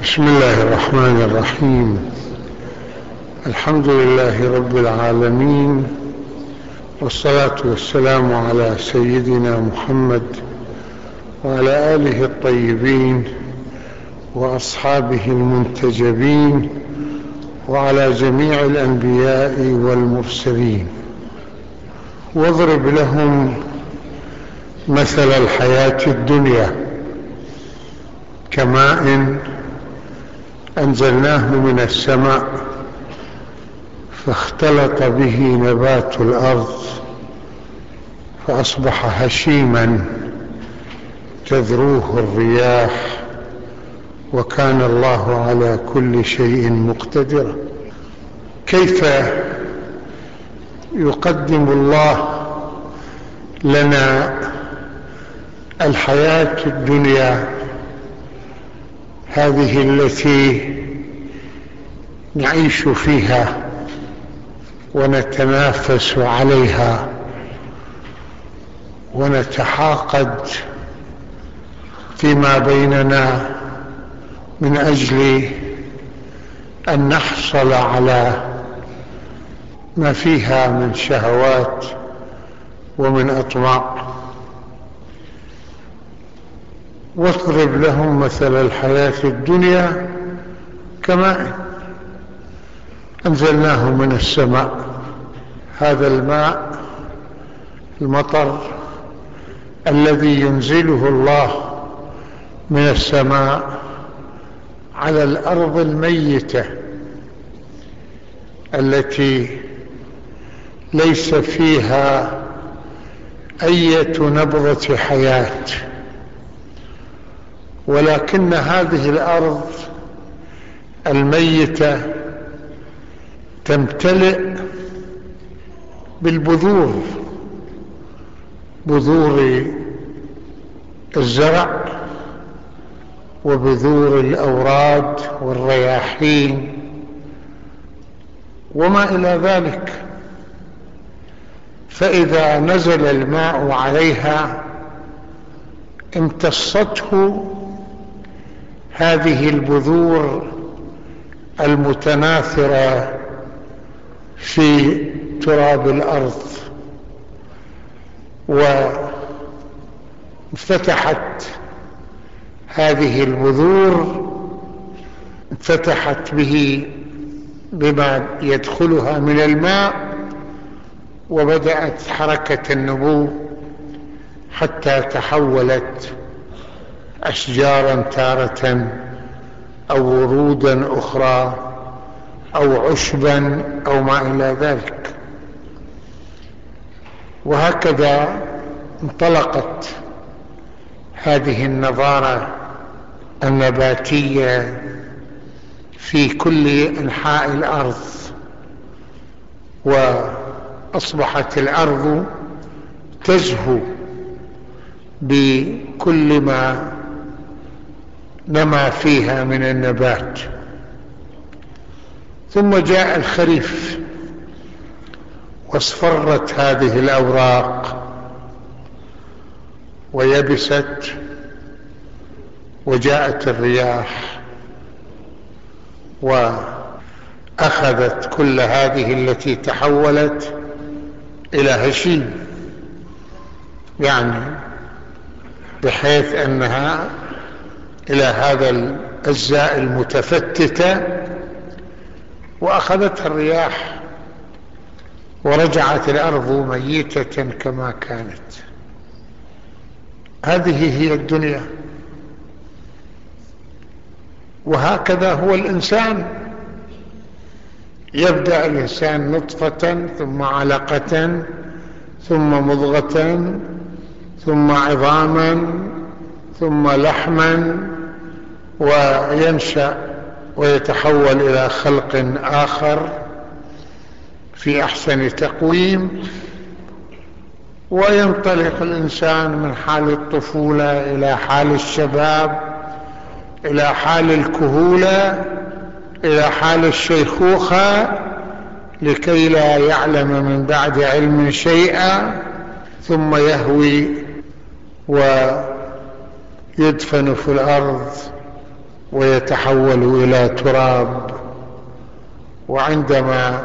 بسم الله الرحمن الرحيم. الحمد لله رب العالمين، والصلاة والسلام على سيدنا محمد وعلى آله الطيبين وأصحابه المنتجبين وعلى جميع الأنبياء والمرسلين. واضرب لهم مثل الحياة الدنيا كماء أنزلناه من السماء فاختلط به نبات الأرض فأصبح هشيما تذروه الرياح وكان الله على كل شيء مقتدرا. كيف يقدم الله لنا الحياة الدنيا هذه التي نعيش فيها ونتنافس عليها ونتحاقد فيما بيننا من أجل أن نحصل على ما فيها من شهوات ومن أطماع. واضرب لهم مثل الحياة الدنيا كماء أنزلناه من السماء. هذا الماء المطر الذي ينزله الله من السماء على الأرض الميتة التي ليس فيها أي نبضة حياة، ولكن هذه الأرض الميتة تمتلئ بالبذور، بذور الزرع وبذور الأوراد والرياحين وما إلى ذلك. فإذا نزل الماء عليها امتصته هذه البذور المتناثرة في تراب الأرض، وانفتحت هذه البذور، انفتحت بما يدخلها من الماء، وبدأت حركة النمو حتى تحولت أشجارا تارة أو ورودا أخرى أو عشبا أو ما إلى ذلك. وهكذا انطلقت هذه النضارة النباتية في كل أنحاء الأرض، وأصبحت الأرض تزهو بكل ما نما فيها من النبات. ثم جاء الخريف واصفرت هذه الأوراق ويبست، وجاءت الرياح وأخذت كل هذه التي تحولت إلى هشيم، يعني بحيث أنها إلى هذا الأجزاء المتفتتة، وأخذتها الرياح ورجعت الأرض ميتة كما كانت. هذه هي الدنيا. وهكذا هو الإنسان. يبدأ الإنسان نطفة ثم علقة ثم مضغة ثم عظاما ثم لحما، وينشأ ويتحول إلى خلق آخر في أحسن تقويم، وينطلق الإنسان من حال الطفولة إلى حال الشباب إلى حال الكهولة إلى حال الشيخوخة، لكي لا يعلم من بعد علم شيئا، ثم يهوي ويدفن في الأرض ويتحول إلى تراب. وعندما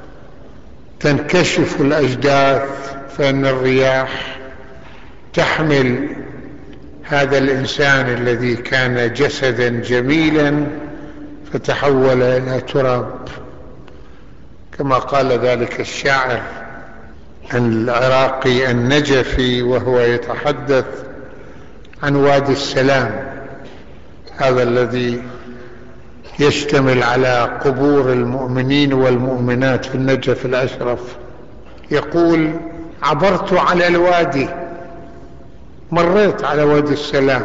تنكشف الأجداث فإن الرياح تحمل هذا الإنسان الذي كان جسدا جميلا فتحول إلى تراب، كما قال ذلك الشاعر العراقي النجفي وهو يتحدث عن وادي السلام، هذا الذي يشتمل على قبور المؤمنين والمؤمنات في النجف الأشرف. يقول: عبرت على الوادي، مريت على وادي السلام،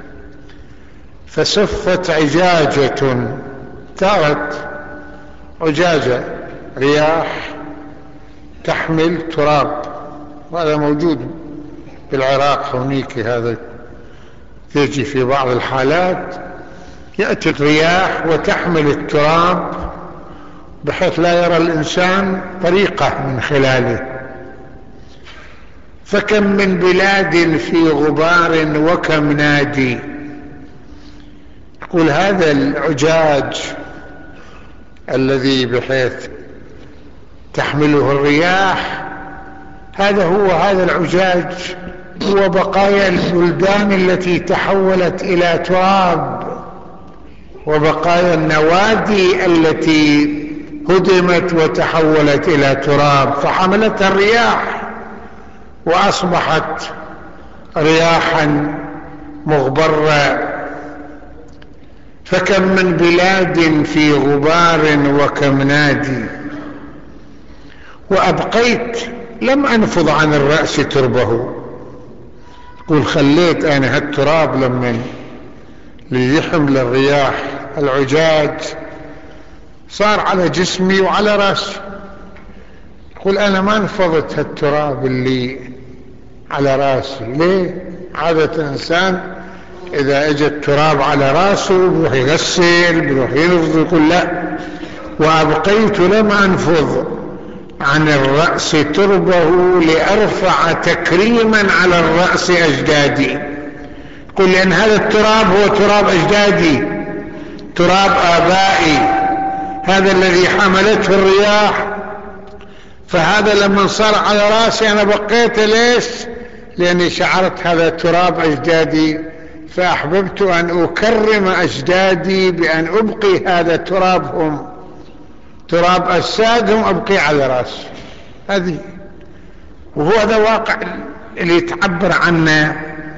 فسفت عجاجة، ثارت عجاجة رياح تحمل تراب، وهذا موجود بالعراق هونيك، هذا يجي في بعض الحالات، يأتي الرياح وتحمل التراب بحيث لا يرى الإنسان طريقة من خلاله. فكم من بلاد في غبار وكم نادي. يقول هذا العجاج الذي بحيث تحمله الرياح، هذا العجاج هو بقايا البلدان التي تحولت إلى تراب، وبقايا النوادي التي هدمت وتحولت إلى تراب، فحملتها الرياح وأصبحت رياحا مغبرة. فكم من بلاد في غبار وكم نادي، وأبقيت لم أنفض عن الرأس تربه. يقول خليت أنا هالتراب لمن ليحمل الرياح العجاج صار على جسمي وعلى رأسي. يقول أنا ما نفضت هالتراب اللي على رأسي. ليه؟ عادة الإنسان إذا اجى التراب على رأسه بيروح يغسل، بيروح ينفض. يقول لا، وأبقيت لم أنفض عن الرأس تربه لأرفع تكريما على الرأس أجدادي. يقول لأن هذا التراب هو تراب أجدادي، تراب آبائي، هذا الذي حملته الرياح. فهذا لما صار على رأسي أنا بقيت. ليش؟ لأني شعرت هذا تراب أجدادي، فأحببت أن أكرم أجدادي بأن أبقي هذا ترابهم، تراب أجسادهم أبقي على رأسي. هذه وهو هذا واقع اللي تعبر عنه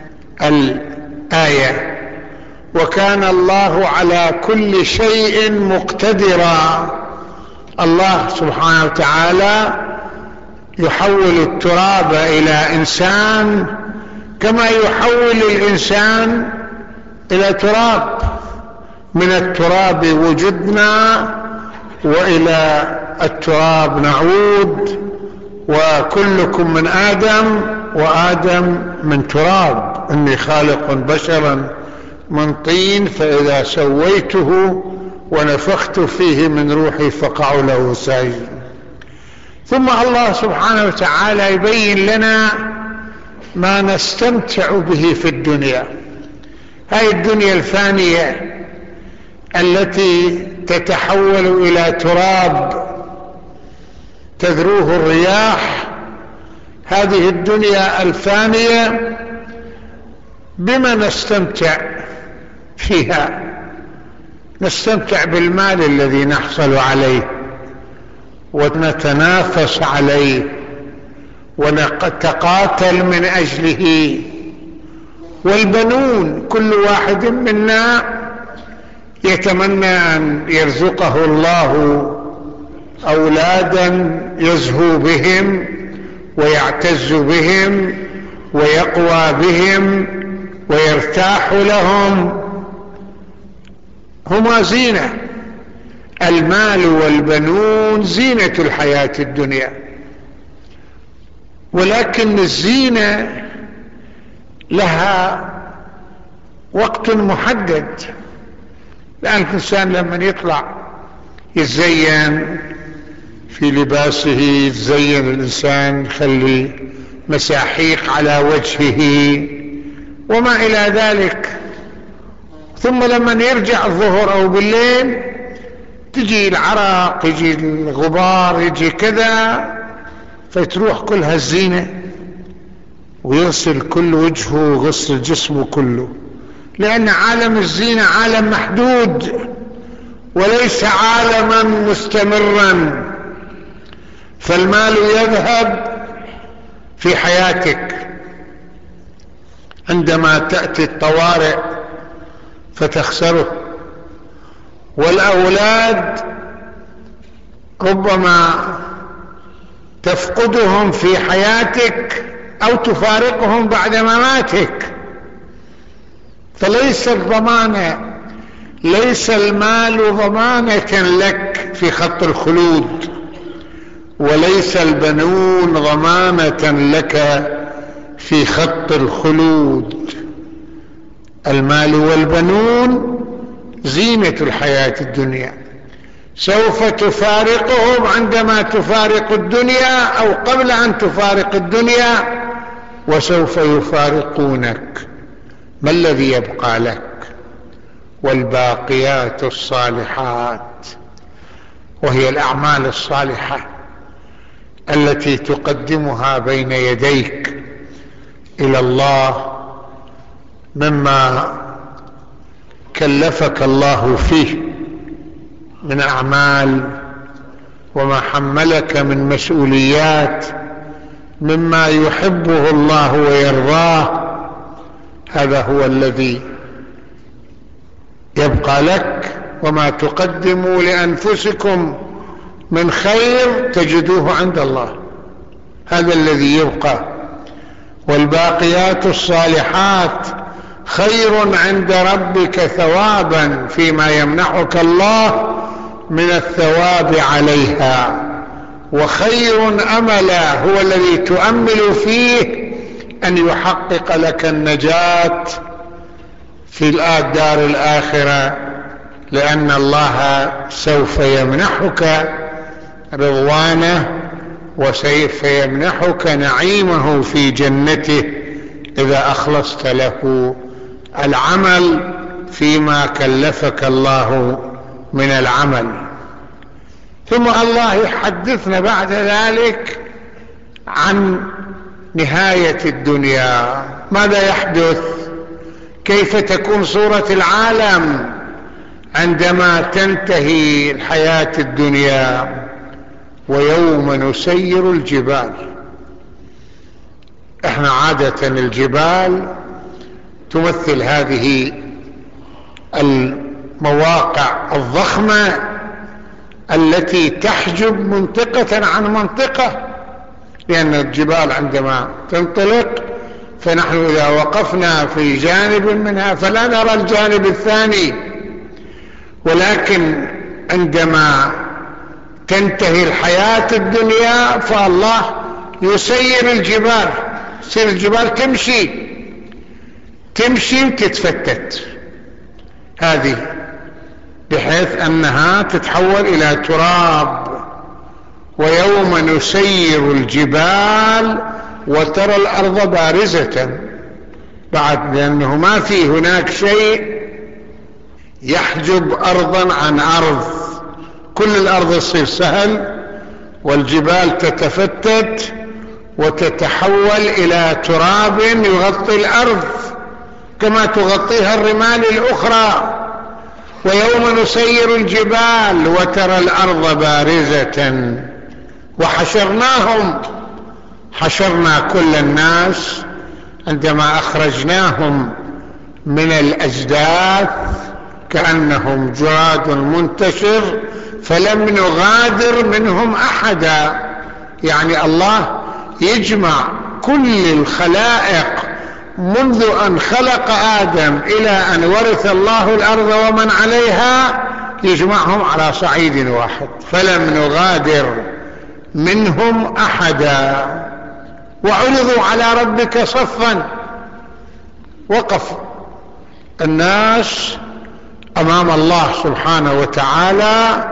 الآية. وكان الله على كل شيء مقتدرا. الله سبحانه وتعالى يحول التراب إلى إنسان كما يحول الإنسان إلى تراب. من التراب وجدنا وإلى التراب نعود، وكلكم من آدم وآدم من تراب، إني خالق بشرا من طين فإذا سويته ونفخت فيه من روحي فقعوا له ساجدين. ثم الله سبحانه وتعالى يبين لنا ما نستمتع به في الدنيا، هاي الدنيا الفانية التي تتحول إلى تراب تذروه الرياح. هذه الدنيا الفانية بما نستمتع فيها؟ نستمتع بالمال الذي نحصل عليه ونتنافس عليه ونتقاتل من أجله. والبنون كل واحد منا يتمنى أن يرزقه الله أولادا يزهو بهم ويعتز بهم ويقوى بهم ويرتاح لهم. هما زينة، المال والبنون زينة الحياة الدنيا، ولكن الزينة لها وقت محدد. لأن الإنسان لما يطلع يتزين في لباسه، يتزين الإنسان، يخلي مساحيق على وجهه وما إلى ذلك، ثم لما يرجع الظهر أو بالليل تجي العرق، يجي الغبار، يجي كذا، فتروح كل هالزينة ويغسل كل وجهه ويغسل جسمه كله، لأن عالم الزينة عالم محدود وليس عالما مستمرا. فالمال يذهب في حياتك عندما تأتي الطوارئ فتخسره، والأولاد ربما تفقدهم في حياتك أو تفارقهم بعد مماتك. فليس الضمانة، ليس المال ضمانة لك في خط الخلود، وليس البنون ضمانة لك في خط الخلود. المال والبنون زينة الحياة الدنيا، سوف تفارقهم عندما تفارق الدنيا أو قبل أن تفارق الدنيا، وسوف يفارقونك. ما الذي يبقى لك؟ والباقيات الصالحات، وهي الأعمال الصالحة التي تقدمها بين يديك إلى الله مما كلفك الله فيه من أعمال، وما حملك من مسؤوليات، مما يحبه الله ويرضاه. هذا هو الذي يبقى لك. وما تقدموا لأنفسكم من خير تجدوه عند الله، هذا الذي يبقى. والباقيات الصالحات خير عند ربك ثوابا فيما يمنحك الله من الثواب عليها، وخير أملا هو الذي تؤمل فيه أن يحقق لك النجاة في الدار الآخرة، لأن الله سوف يمنحك رضوانه وسوف يمنحك نعيمه في جنته إذا أخلصت له العمل فيما كلفك الله من العمل. ثم الله يحدثنا بعد ذلك عن نهاية الدنيا. ماذا يحدث؟ كيف تكون صورة العالم عندما تنتهي الحياة الدنيا؟ ويوم نسير الجبال. احنا عادة الجبال تمثل هذه المواقع الضخمة التي تحجب منطقة عن منطقة، لأن الجبال عندما تنطلق فنحن إذا وقفنا في جانب منها فلا نرى الجانب الثاني، ولكن عندما تنتهي الحياة الدنيا فالله يسير الجبال، يسير الجبال تمشي وتتفتت، هذه بحيث أنها تتحول إلى تراب. ويوم نسير الجبال وترى الأرض بارزة، بعد لأنه ما في هناك شيء يحجب أرضا عن أرض، كل الأرض تصير سهل، والجبال تتفتت وتتحول إلى تراب يغطي الأرض كما تغطيها الرمال الأخرى. ويوم نسير الجبال وترى الأرض بارزة وحشرناهم، حشرنا كل الناس عندما أخرجناهم من الأجداث كأنهم جراد منتشر فلم نغادر منهم أحدا. يعني الله يجمع كل الخلائق منذ أن خلق آدم إلى أن ورث الله الأرض ومن عليها، يجمعهم على صعيد واحد، فلم نغادر منهم أحدا. وعرضوا على ربك صفا، وقف الناس أمام الله سبحانه وتعالى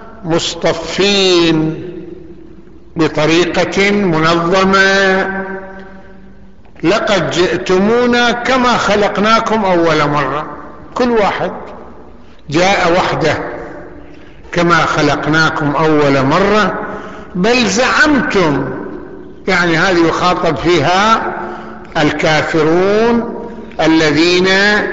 مصطفين بطريقة منظمة. لقد جئتمونا كما خلقناكم أول مرة، كل واحد جاء وحده كما خلقناكم أول مرة بل زعمتم، يعني هذه يخاطب فيها الكافرون الذين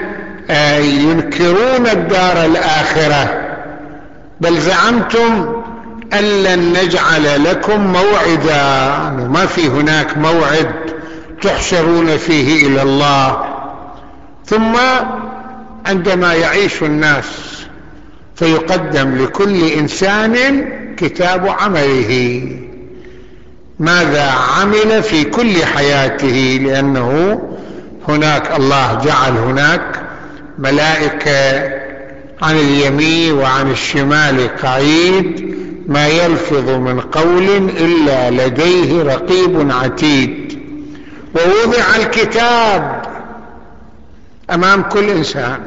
ينكرون الدار الآخرة. بل زعمتم أن لن نجعل لكم موعدا، ما في هناك موعد تحشرون فيه إلى الله. ثم عندما يعيش الناس فيقدم لكل إنسان كتاب عمله، ماذا عمل في كل حياته، لأنه هناك الله جعل هناك ملائكة عن اليمين وعن الشمال قعيد، ما يلفظ من قول إلا لديه رقيب عتيد. ووضع الكتاب أمام كل إنسان،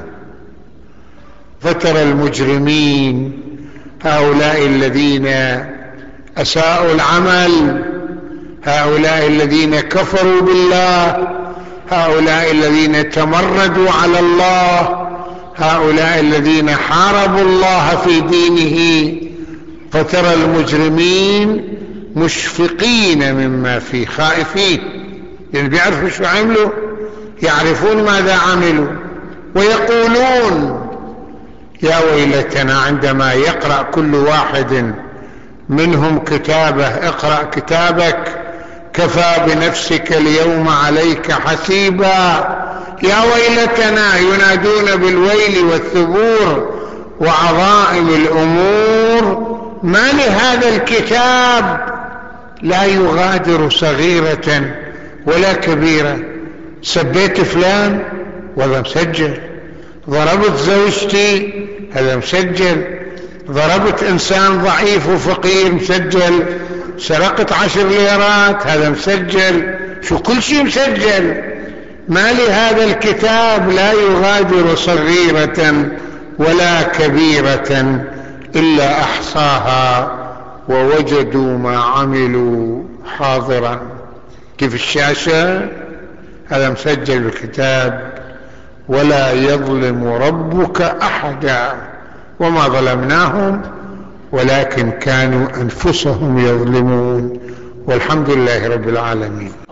فترى المجرمين هؤلاء الذين أساءوا العمل، هؤلاء الله كفروا بالله، هؤلاء الذين تمردوا على الله، هؤلاء الذين حاربوا الله في دينه، فترى المجرمين مشفقين مما فيه، خائفين، لأن بيعرفوا شو عملوا، يعرفون ماذا عملوا، ويقولون يا ويلتنا، عندما يقرأ كل واحد منهم كتابه، اقرأ كتابك كفى بنفسك اليوم عليك حسيبا، يا ويلتنا، ينادون بالويل والثبور وعظائم الأمور، ما لهذا الكتاب لا يغادر صغيرة ولا كبيرة. سبيت فلان وهذا مسجل، ضربت زوجتي هذا مسجل، ضربت إنسان ضعيف وفقير مسجل، سرقت 10 ليرات هذا مسجل، شو كل شيء مسجل. ما لهذا الكتاب لا يغادر صغيرة ولا كبيرة إلا أحصاها ووجدوا ما عملوا حاضرا. كيف الشاشة هذا مسجل بالكتاب. ولا يظلم ربك أحدا وما ظلمناهم ولكن كانوا أنفسهم يظلمون. والحمد لله رب العالمين.